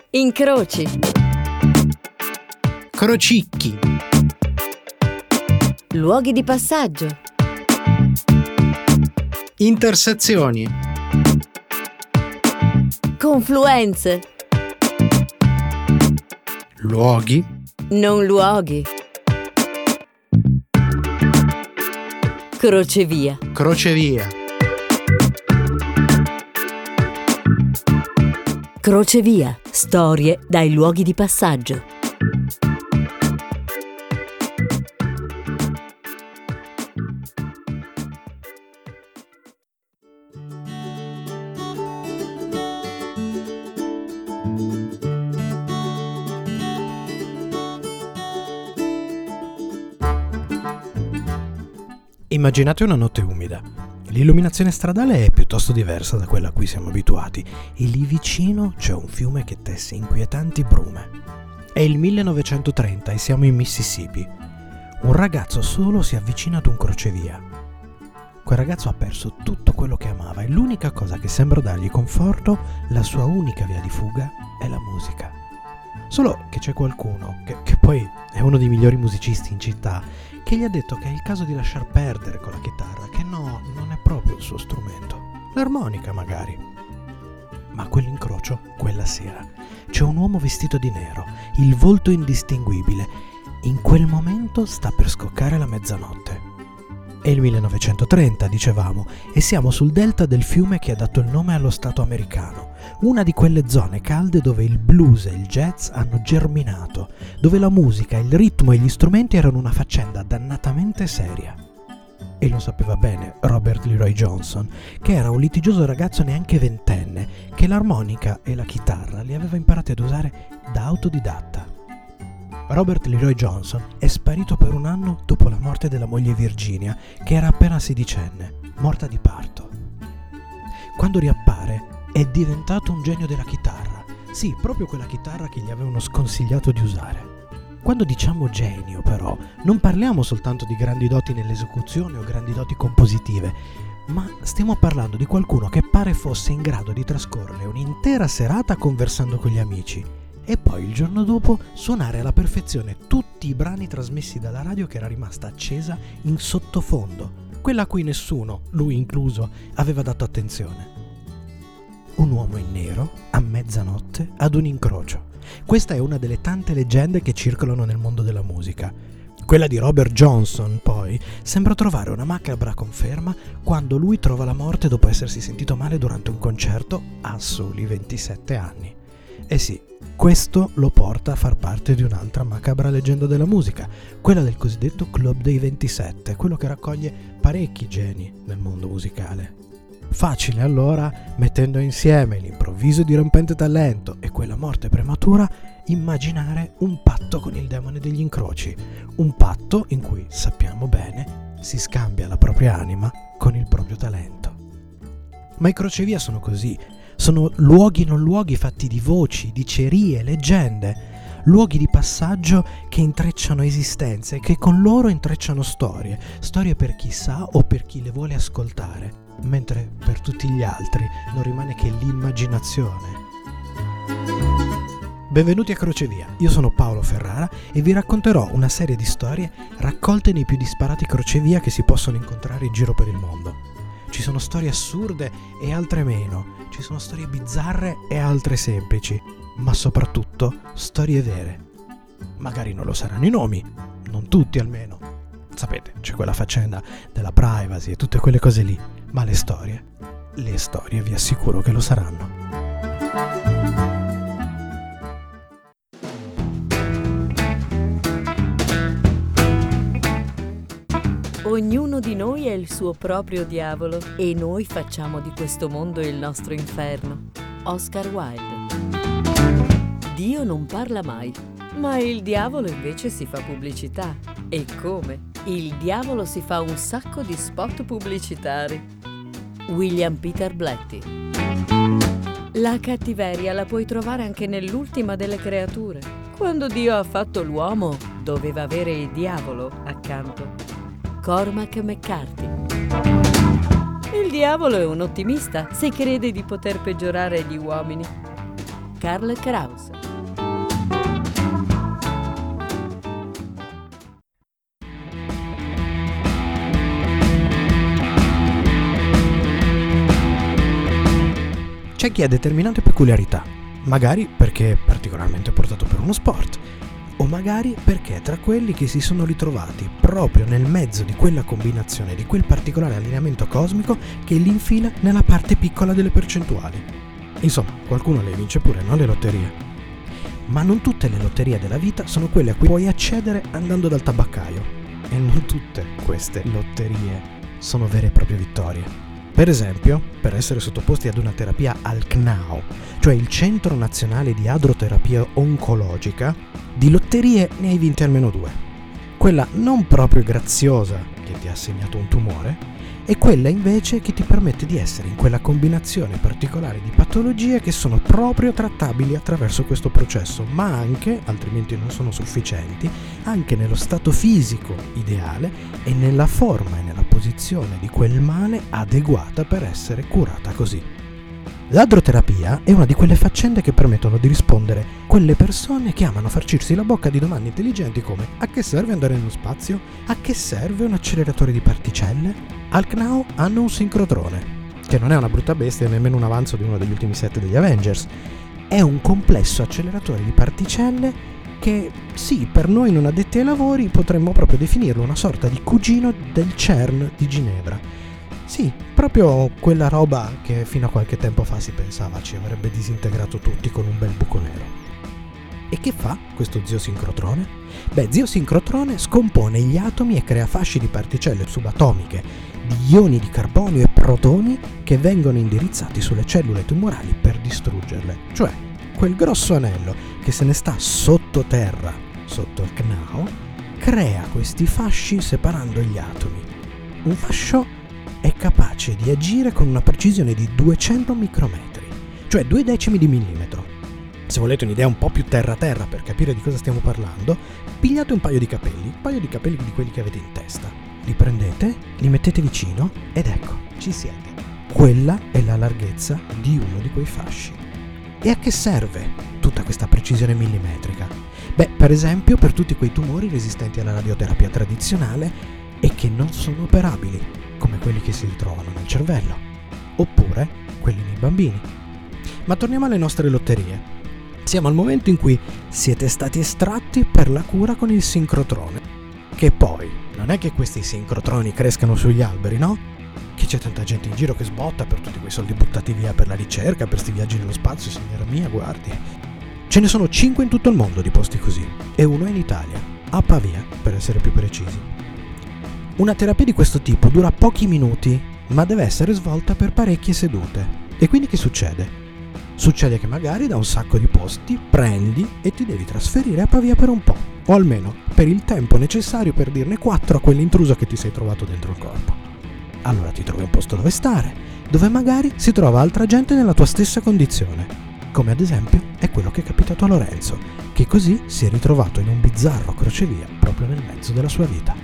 Incroci. Crocicchi. Luoghi di passaggio. Intersezioni. Confluenze. Luoghi. Non luoghi. Crocevia. Crocevia. Crocevia. Storie dai luoghi di passaggio. Immaginate una notte umida. L'illuminazione stradale è piuttosto diversa da quella a cui siamo abituati e lì vicino c'è un fiume che tesse inquietanti brume. È il 1930 e siamo in Mississippi. Un ragazzo solo si avvicina ad un crocevia. Quel ragazzo ha perso tutto quello che amava e l'unica cosa che sembra dargli conforto, la sua unica via di fuga, è la musica. Solo che c'è qualcuno, che poi è uno dei migliori musicisti in città, che gli ha detto che è il caso di lasciar perdere con la chitarra, che no, non è proprio il suo strumento. L'armonica magari. Ma a quell'incrocio, quella sera, c'è un uomo vestito di nero, il volto indistinguibile. In quel momento sta per scoccare la mezzanotte. È il 1930, dicevamo, e siamo sul delta del fiume che ha dato il nome allo Stato americano, una di quelle zone calde dove il blues e il jazz hanno germinato, dove la musica, il ritmo e gli strumenti erano una faccenda dannatamente seria. E lo sapeva bene Robert Leroy Johnson, che era un litigioso ragazzo neanche ventenne, che l'armonica e la chitarra li aveva imparati ad usare da autodidatta. Robert Leroy Johnson è sparito per un anno dopo la morte della moglie Virginia, che era appena sedicenne, morta di parto. Quando riappare, è diventato un genio della chitarra. Sì, proprio quella chitarra che gli avevano sconsigliato di usare. Quando diciamo genio, però, non parliamo soltanto di grandi doti nell'esecuzione o grandi doti compositive, ma stiamo parlando di qualcuno che pare fosse in grado di trascorrere un'intera serata conversando con gli amici e poi il giorno dopo suonare alla perfezione tutti i brani trasmessi dalla radio che era rimasta accesa in sottofondo, quella a cui nessuno, lui incluso, aveva dato attenzione. Un uomo in nero, a mezzanotte, ad un incrocio. Questa è una delle tante leggende che circolano nel mondo della musica. Quella di Robert Johnson, poi, sembra trovare una macabra conferma quando lui trova la morte dopo essersi sentito male durante un concerto a soli 27 anni. Eh sì, questo lo porta a far parte di un'altra macabra leggenda della musica, quella del cosiddetto Club dei 27, quello che raccoglie parecchi geni nel mondo musicale. Facile allora, mettendo insieme l'improvviso e dirompente talento e quella morte prematura, immaginare un patto con il demone degli incroci, un patto in cui, sappiamo bene, si scambia la propria anima con il proprio talento. Ma i crocevia sono così, sono luoghi non luoghi fatti di voci, dicerie, leggende, luoghi di passaggio che intrecciano esistenze e che con loro intrecciano storie per chi sa o per chi le vuole ascoltare, mentre per tutti gli altri non rimane che l'immaginazione. Benvenuti a Crocevia, io sono Paolo Ferrara e vi racconterò una serie di storie raccolte nei più disparati crocevia che si possono incontrare in giro per il mondo. Ci sono storie assurde e altre meno, ci sono storie bizzarre e altre semplici, ma soprattutto storie vere. Magari non lo saranno i nomi, non tutti almeno. Sapete, c'è quella faccenda della privacy e tutte quelle cose lì, ma le storie vi assicuro che lo saranno. Ognuno di noi è il suo proprio diavolo e noi facciamo di questo mondo il nostro inferno. Oscar Wilde. Dio non parla mai, ma il diavolo invece si fa pubblicità. E come? Il diavolo si fa un sacco di spot pubblicitari. William Peter Blatty. La cattiveria la puoi trovare anche nell'ultima delle creature. Quando Dio ha fatto l'uomo, doveva avere il diavolo accanto. Cormac McCarthy. Il diavolo è un ottimista se crede di poter peggiorare gli uomini. Karl Kraus. C'è chi ha determinate peculiarità, magari perché è particolarmente portato per uno sport, o magari perché è tra quelli che si sono ritrovati proprio nel mezzo di quella combinazione, di quel particolare allineamento cosmico che li infila nella parte piccola delle percentuali. Insomma, qualcuno le vince pure, no? Le lotterie. Ma non tutte le lotterie della vita sono quelle a cui puoi accedere andando dal tabaccaio. E non tutte queste lotterie sono vere e proprie vittorie. Per esempio, per essere sottoposti ad una terapia al CNAO, cioè il Centro Nazionale di Adroterapia Oncologica, di lotterie ne hai vinte almeno 2. Quella non proprio graziosa, che ti ha assegnato un tumore, e quella invece che ti permette di essere in quella combinazione particolare di patologie che sono proprio trattabili attraverso questo processo, ma anche, altrimenti non sono sufficienti, anche nello stato fisico ideale e nella forma e nella posizione di quel male adeguata per essere curata così. L'adroterapia è una di quelle faccende che permettono di rispondere quelle persone che amano farcirsi la bocca di domande intelligenti come: a che serve andare nello spazio? A che serve un acceleratore di particelle? Al CNAO hanno un sincrotrone, che non è una brutta bestia e nemmeno un avanzo di uno degli ultimi set degli Avengers. È un complesso acceleratore di particelle che, sì, per noi non addetti ai lavori potremmo proprio definirlo una sorta di cugino del CERN di Ginevra. Sì, proprio quella roba che fino a qualche tempo fa si pensava ci avrebbe disintegrato tutti con un bel buco nero. E che fa questo zio sincrotrone? Zio sincrotrone scompone gli atomi e crea fasci di particelle subatomiche di ioni di carbonio e protoni che vengono indirizzati sulle cellule tumorali per distruggerle. Cioè, quel grosso anello che se ne sta sottoterra, sotto il CNAO, crea questi fasci separando gli atomi. Un fascio è capace di agire con una precisione di 200 micrometri, cioè 2 decimi di millimetro. Se volete un'idea un po' più terra-terra per capire di cosa stiamo parlando, pigliate un paio di capelli di quelli che avete in testa. Li prendete, li mettete vicino ed ecco, ci siete. Quella è la larghezza di uno di quei fasci. E a che serve tutta questa precisione millimetrica? Per esempio per tutti quei tumori resistenti alla radioterapia tradizionale e che non sono operabili, come quelli che si ritrovano nel cervello, oppure quelli nei bambini. Ma torniamo alle nostre lotterie. Siamo al momento in cui siete stati estratti per la cura con il sincrotrone, che poi non è che questi sincrotroni crescano sugli alberi, no? Che c'è tanta gente in giro che sbotta per tutti quei soldi buttati via per la ricerca, per sti viaggi nello spazio, signora mia, guardi. Ce ne sono 5 in tutto il mondo di posti così, e uno è in Italia, a Pavia, per essere più precisi. Una terapia di questo tipo dura pochi minuti, ma deve essere svolta per parecchie sedute. E quindi che succede? Succede che magari da un sacco di posti prendi e ti devi trasferire a Pavia per un po', o almeno per il tempo necessario per dirne 4 a quell'intruso che ti sei trovato dentro il corpo. Allora ti trovi un posto dove stare, dove magari si trova altra gente nella tua stessa condizione, come ad esempio è quello che è capitato a Lorenzo, che così si è ritrovato in un bizzarro crocevia proprio nel mezzo della sua vita.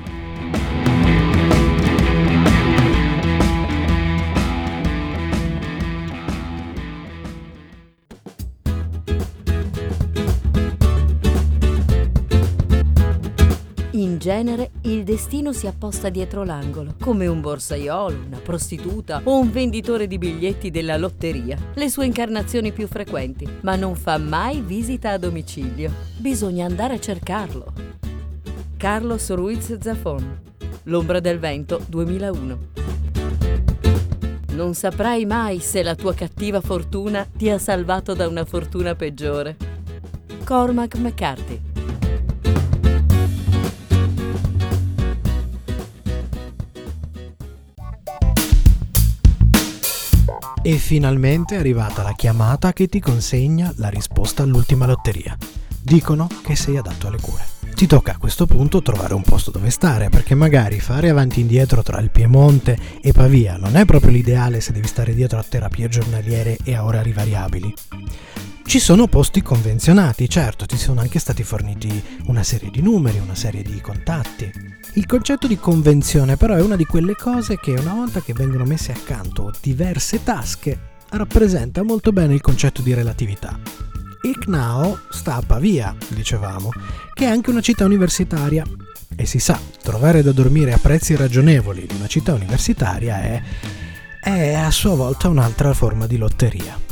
In genere il destino si apposta dietro l'angolo, come un borsaiolo, una prostituta o un venditore di biglietti della lotteria, le sue incarnazioni più frequenti, ma non fa mai visita a domicilio. Bisogna andare a cercarlo. Carlos Ruiz Zafón, L'ombra del vento, 2001. Non saprai mai se la tua cattiva fortuna ti ha salvato da una fortuna peggiore. Cormac McCarthy. E finalmente è arrivata la chiamata che ti consegna la risposta all'ultima lotteria. Dicono che sei adatto alle cure. Ti tocca a questo punto trovare un posto dove stare, perché magari fare avanti e indietro tra il Piemonte e Pavia non è proprio l'ideale se devi stare dietro a terapie giornaliere e a orari variabili. Ci sono posti convenzionati, certo, ti sono anche stati forniti una serie di numeri, una serie di contatti. Il concetto di convenzione però è una di quelle cose che una volta che vengono messe accanto diverse tasche rappresenta molto bene il concetto di relatività. Il CNAO sta a Pavia, dicevamo, che è anche una città universitaria e si sa, trovare da dormire a prezzi ragionevoli in una città universitaria è a sua volta un'altra forma di lotteria.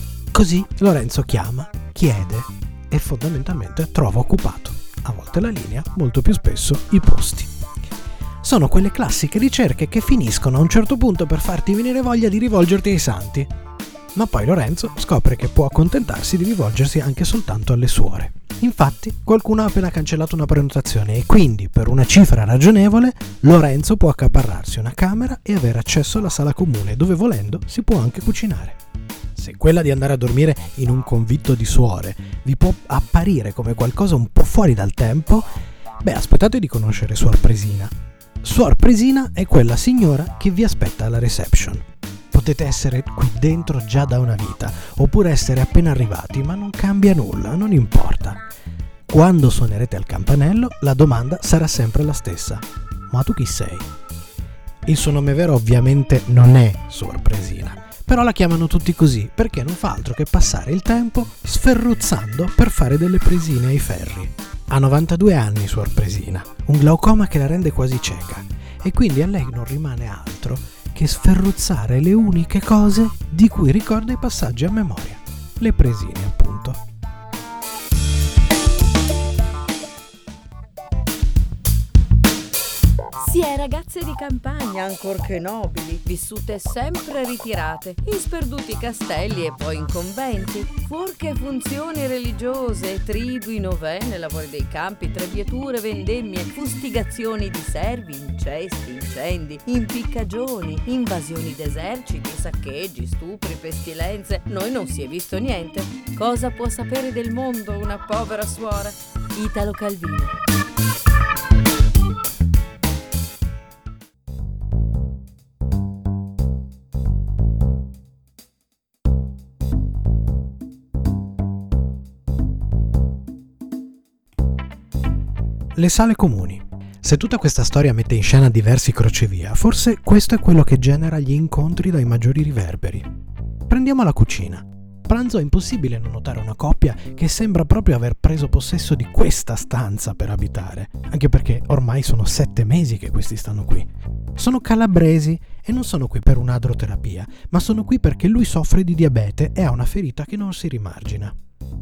Così Lorenzo chiama, chiede e fondamentalmente trova occupato, a volte la linea, molto più spesso i posti. Sono quelle classiche ricerche che finiscono a un certo punto per farti venire voglia di rivolgerti ai santi. Ma poi Lorenzo scopre che può accontentarsi di rivolgersi anche soltanto alle suore. Infatti, qualcuno ha appena cancellato una prenotazione e quindi, per una cifra ragionevole, Lorenzo può accaparrarsi una camera e avere accesso alla sala comune, dove volendo si può anche cucinare. Se quella di andare a dormire in un convitto di suore vi può apparire come qualcosa un po' fuori dal tempo, aspettate di conoscere Suor Presina. Suor Presina è quella signora che vi aspetta alla reception. Potete essere qui dentro già da una vita, oppure essere appena arrivati, ma non cambia nulla, non importa. Quando suonerete al campanello, la domanda sarà sempre la stessa. Ma tu chi sei? Il suo nome vero ovviamente non è Suor Presina, però la chiamano tutti così perché non fa altro che passare il tempo sferruzzando per fare delle presine ai ferri. Ha 92 anni Suor Presina, un glaucoma che la rende quasi cieca, e quindi a lei non rimane altro che sferruzzare le uniche cose di cui ricorda i passaggi a memoria, le presine appunto. Si è ragazze di campagna, ancorché nobili, vissute sempre ritirate, in sperduti castelli e poi in conventi, fuorché funzioni religiose, tribui, novene, lavori dei campi, trebbiature, vendemmie, fustigazioni di servi, incesti, incendi, impiccagioni, invasioni d'eserciti, saccheggi, stupri, pestilenze. Noi non si è visto niente. Cosa può sapere del mondo una povera suora? Italo Calvino. Le sale comuni. Se tutta questa storia mette in scena diversi crocevia, forse questo è quello che genera gli incontri dai maggiori riverberi. Prendiamo la cucina. Pranzo è impossibile non notare una coppia che sembra proprio aver preso possesso di questa stanza per abitare, anche perché ormai sono 7 mesi che questi stanno qui. Sono calabresi e non sono qui per un'adroterapia, ma sono qui perché lui soffre di diabete e ha una ferita che non si rimargina.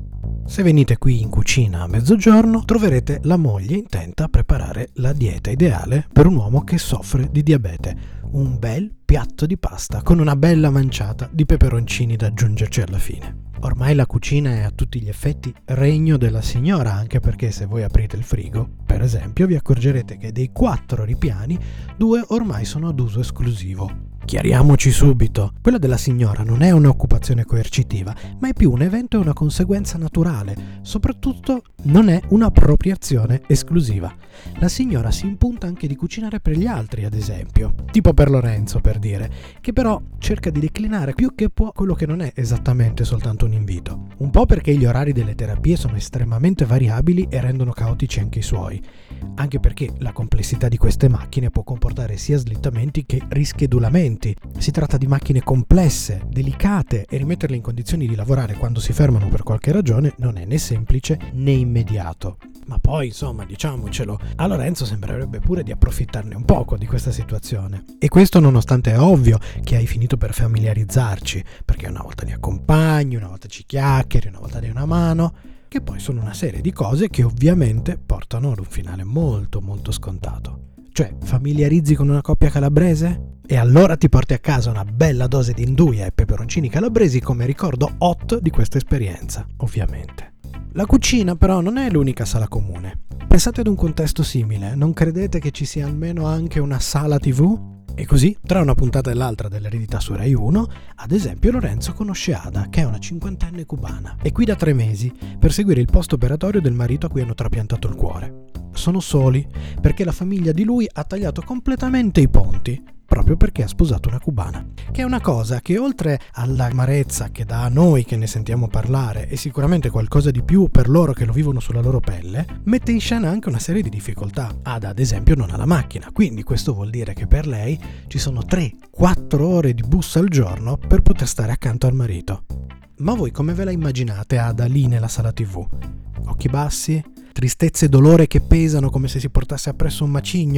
Se venite qui in cucina a mezzogiorno, troverete la moglie intenta a preparare la dieta ideale per un uomo che soffre di diabete. Un bel piatto di pasta con una bella manciata di peperoncini da aggiungerci alla fine. Ormai la cucina è a tutti gli effetti regno della signora, anche perché se voi aprite il frigo, per esempio, vi accorgerete che dei 4 ripiani, 2 ormai sono ad uso esclusivo. Chiariamoci subito, quella della signora non è un'occupazione coercitiva, ma è più un evento e una conseguenza naturale, soprattutto non è un'appropriazione esclusiva. La signora si impunta anche di cucinare per gli altri, ad esempio, tipo per Lorenzo, per dire, che però cerca di declinare più che può quello che non è esattamente soltanto un invito. Un po' perché gli orari delle terapie sono estremamente variabili e rendono caotici anche i suoi, anche perché la complessità di queste macchine può comportare sia slittamenti che rischedulamenti. Si tratta di macchine complesse, delicate, e rimetterle in condizioni di lavorare quando si fermano per qualche ragione non è né semplice né immediato. Ma poi, insomma, diciamocelo, a Lorenzo sembrerebbe pure di approfittarne un poco di questa situazione. E questo nonostante è ovvio che hai finito per familiarizzarci, perché una volta li accompagni, una volta ci chiacchieri, una volta dai una mano, che poi sono una serie di cose che ovviamente portano ad un finale molto molto scontato. Cioè, familiarizzi con una coppia calabrese? E allora ti porti a casa una bella dose di induia e peperoncini calabresi come ricordo hot di questa esperienza, ovviamente. La cucina però non è l'unica sala comune. Pensate ad un contesto simile, non credete che ci sia almeno anche una sala TV? E così, tra una puntata e l'altra dell'Eredità su Rai 1, ad esempio Lorenzo conosce Ada, che è una 50enne cubana, è qui da 3 mesi per seguire il post-operatorio del marito a cui hanno trapiantato il cuore. Sono soli perché la famiglia di lui ha tagliato completamente i ponti, proprio perché ha sposato una cubana, che è una cosa che oltre all'amarezza che dà a noi che ne sentiamo parlare e sicuramente qualcosa di più per loro che lo vivono sulla loro pelle, mette in scena anche una serie di difficoltà. Ada ad esempio non ha la macchina, quindi questo vuol dire che per lei ci sono 3-4 ore di bus al giorno per poter stare accanto al marito. Ma voi come ve la immaginate Ada lì nella sala TV? Occhi bassi? Tristezza e dolore che pesano come se si portasse appresso un macigno?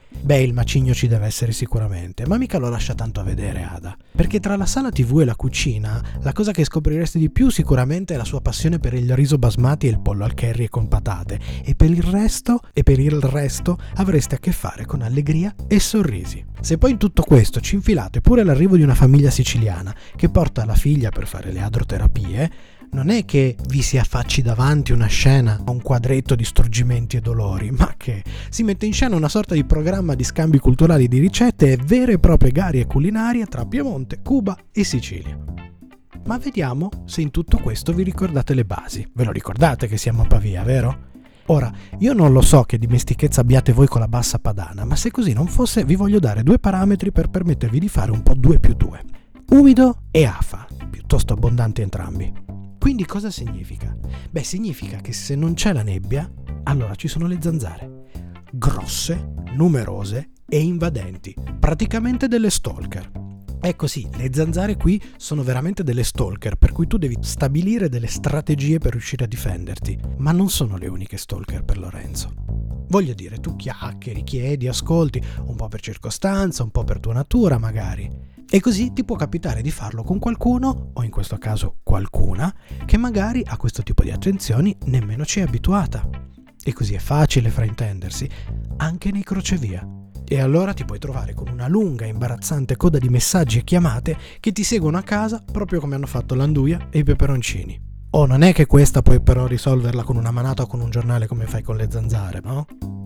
Beh, il macigno ci deve essere sicuramente, ma mica lo lascia tanto a vedere Ada. Perché tra la sala TV e la cucina, la cosa che scopriresti di più sicuramente è la sua passione per il riso basmati e il pollo al curry e con patate, e per il resto avreste a che fare con allegria e sorrisi. Se poi in tutto questo ci infilate pure l'arrivo di una famiglia siciliana che porta la figlia per fare le adroterapie, non è che vi si affacci davanti una scena a un quadretto di struggimenti e dolori, ma che si mette in scena una sorta di programma di scambi culturali di ricette e vere e proprie gare culinarie tra Piemonte, Cuba e Sicilia. Ma vediamo se in tutto questo vi ricordate le basi. Ve lo ricordate che siamo a Pavia, vero? Ora, io non lo so che dimestichezza abbiate voi con la bassa padana, ma se così non fosse vi voglio dare 2 parametri per permettervi di fare un po' 2+2. Umido e afa, piuttosto abbondanti entrambi. Quindi cosa significa? Beh, significa che se non c'è la nebbia, allora ci sono le zanzare. Grosse, numerose e invadenti, praticamente delle stalker. Ecco sì, le zanzare qui sono veramente delle stalker, per cui tu devi stabilire delle strategie per riuscire a difenderti. Ma non sono le uniche stalker per Lorenzo. Voglio dire, tu chiacchieri, chiedi, ascolti, un po' per circostanza, un po' per tua natura magari. E così ti può capitare di farlo con qualcuno, o in questo caso qualcuna, che magari a questo tipo di attenzioni nemmeno ci è abituata. E così è facile fraintendersi, anche nei crocevia. E allora ti puoi trovare con una lunga e imbarazzante coda di messaggi e chiamate che ti seguono a casa proprio come hanno fatto l'anduia e i peperoncini. Oh, non è che questa puoi però risolverla con una manata o con un giornale come fai con le zanzare, no?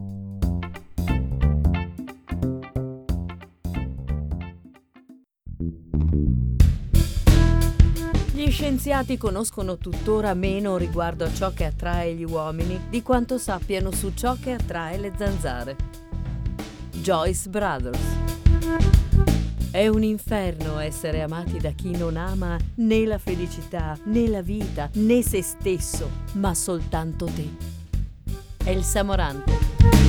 Gli scienziati conoscono tuttora meno riguardo a ciò che attrae gli uomini di quanto sappiano su ciò che attrae le zanzare. Joyce Brothers. È un inferno essere amati da chi non ama né la felicità, né la vita, né se stesso, ma soltanto te. Elsa Morante.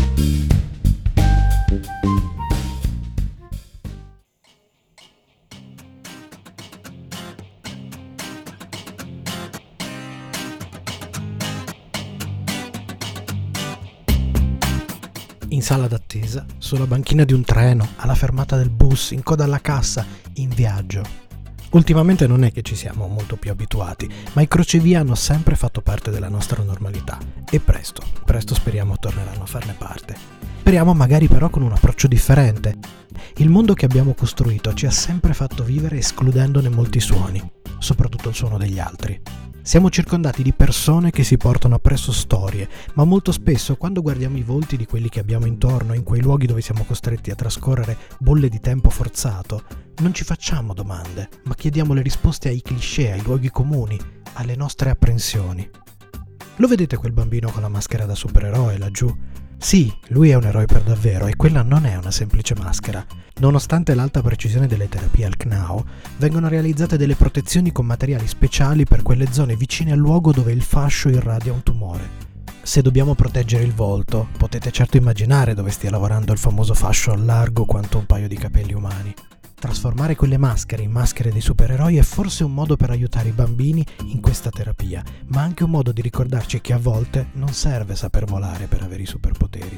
In sala d'attesa, sulla banchina di un treno, alla fermata del bus, in coda alla cassa, in viaggio. Ultimamente non è che ci siamo molto più abituati, ma i crocevia hanno sempre fatto parte della nostra normalità e presto speriamo torneranno a farne parte. Speriamo magari però con un approccio differente. Il mondo che abbiamo costruito ci ha sempre fatto vivere escludendone molti suoni, soprattutto il suono degli altri. Siamo circondati di persone che si portano appresso storie, ma molto spesso quando guardiamo i volti di quelli che abbiamo intorno, in quei luoghi dove siamo costretti a trascorrere bolle di tempo forzato, non ci facciamo domande, ma chiediamo le risposte ai cliché, ai luoghi comuni, alle nostre apprensioni. Lo vedete quel bambino con la maschera da supereroe laggiù? Sì, lui è un eroe per davvero e quella non è una semplice maschera. Nonostante l'alta precisione delle terapie al CNAO, vengono realizzate delle protezioni con materiali speciali per quelle zone vicine al luogo dove il fascio irradia un tumore. Se dobbiamo proteggere il volto, potete certo immaginare dove stia lavorando il famoso fascio largo quanto un paio di capelli umani. Trasformare quelle maschere in maschere dei supereroi è forse un modo per aiutare i bambini in questa terapia, ma anche un modo di ricordarci che a volte non serve saper volare per avere i superpoteri.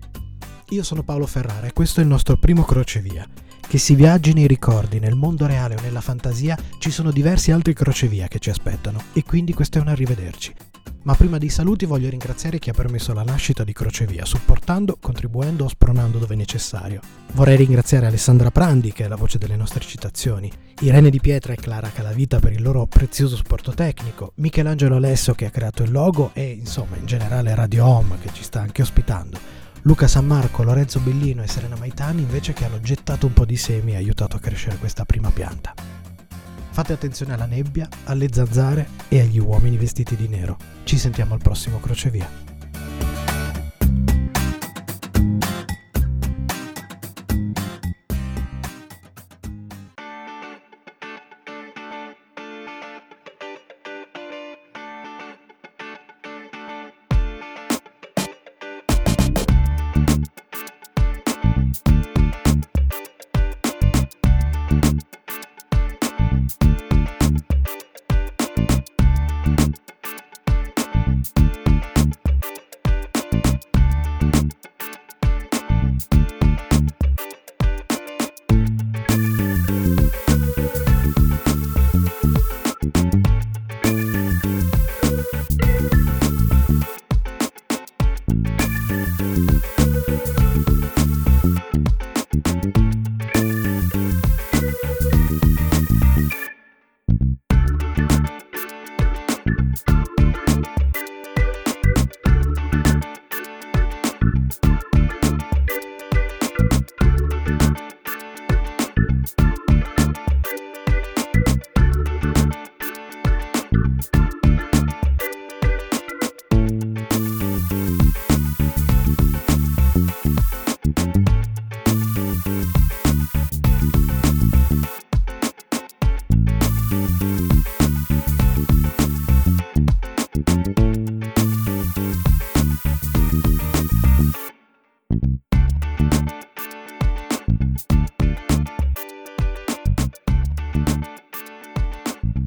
Io sono Paolo Ferrara e questo è il nostro primo crocevia. Che si viaggi nei ricordi, nel mondo reale o nella fantasia, ci sono diversi altri crocevia che ci aspettano e quindi questo è un arrivederci. Ma prima dei saluti voglio ringraziare chi ha permesso la nascita di Crocevia, supportando, contribuendo o spronando dove necessario. Vorrei ringraziare Alessandra Prandi, che è la voce delle nostre citazioni, Irene Di Pietra e Clara Calavita per il loro prezioso supporto tecnico, Michelangelo Alesso che ha creato il logo e, insomma, in generale Radio Home che ci sta anche ospitando, Luca San Marco, Lorenzo Bellino e Serena Maitani invece che hanno gettato un po' di semi e aiutato a crescere questa prima pianta. Fate attenzione alla nebbia, alle zanzare e agli uomini vestiti di nero. Ci sentiamo al prossimo crocevia.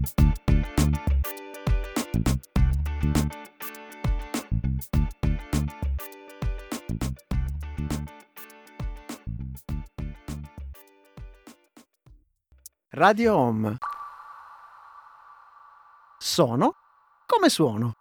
Radio Home. Sono come suono.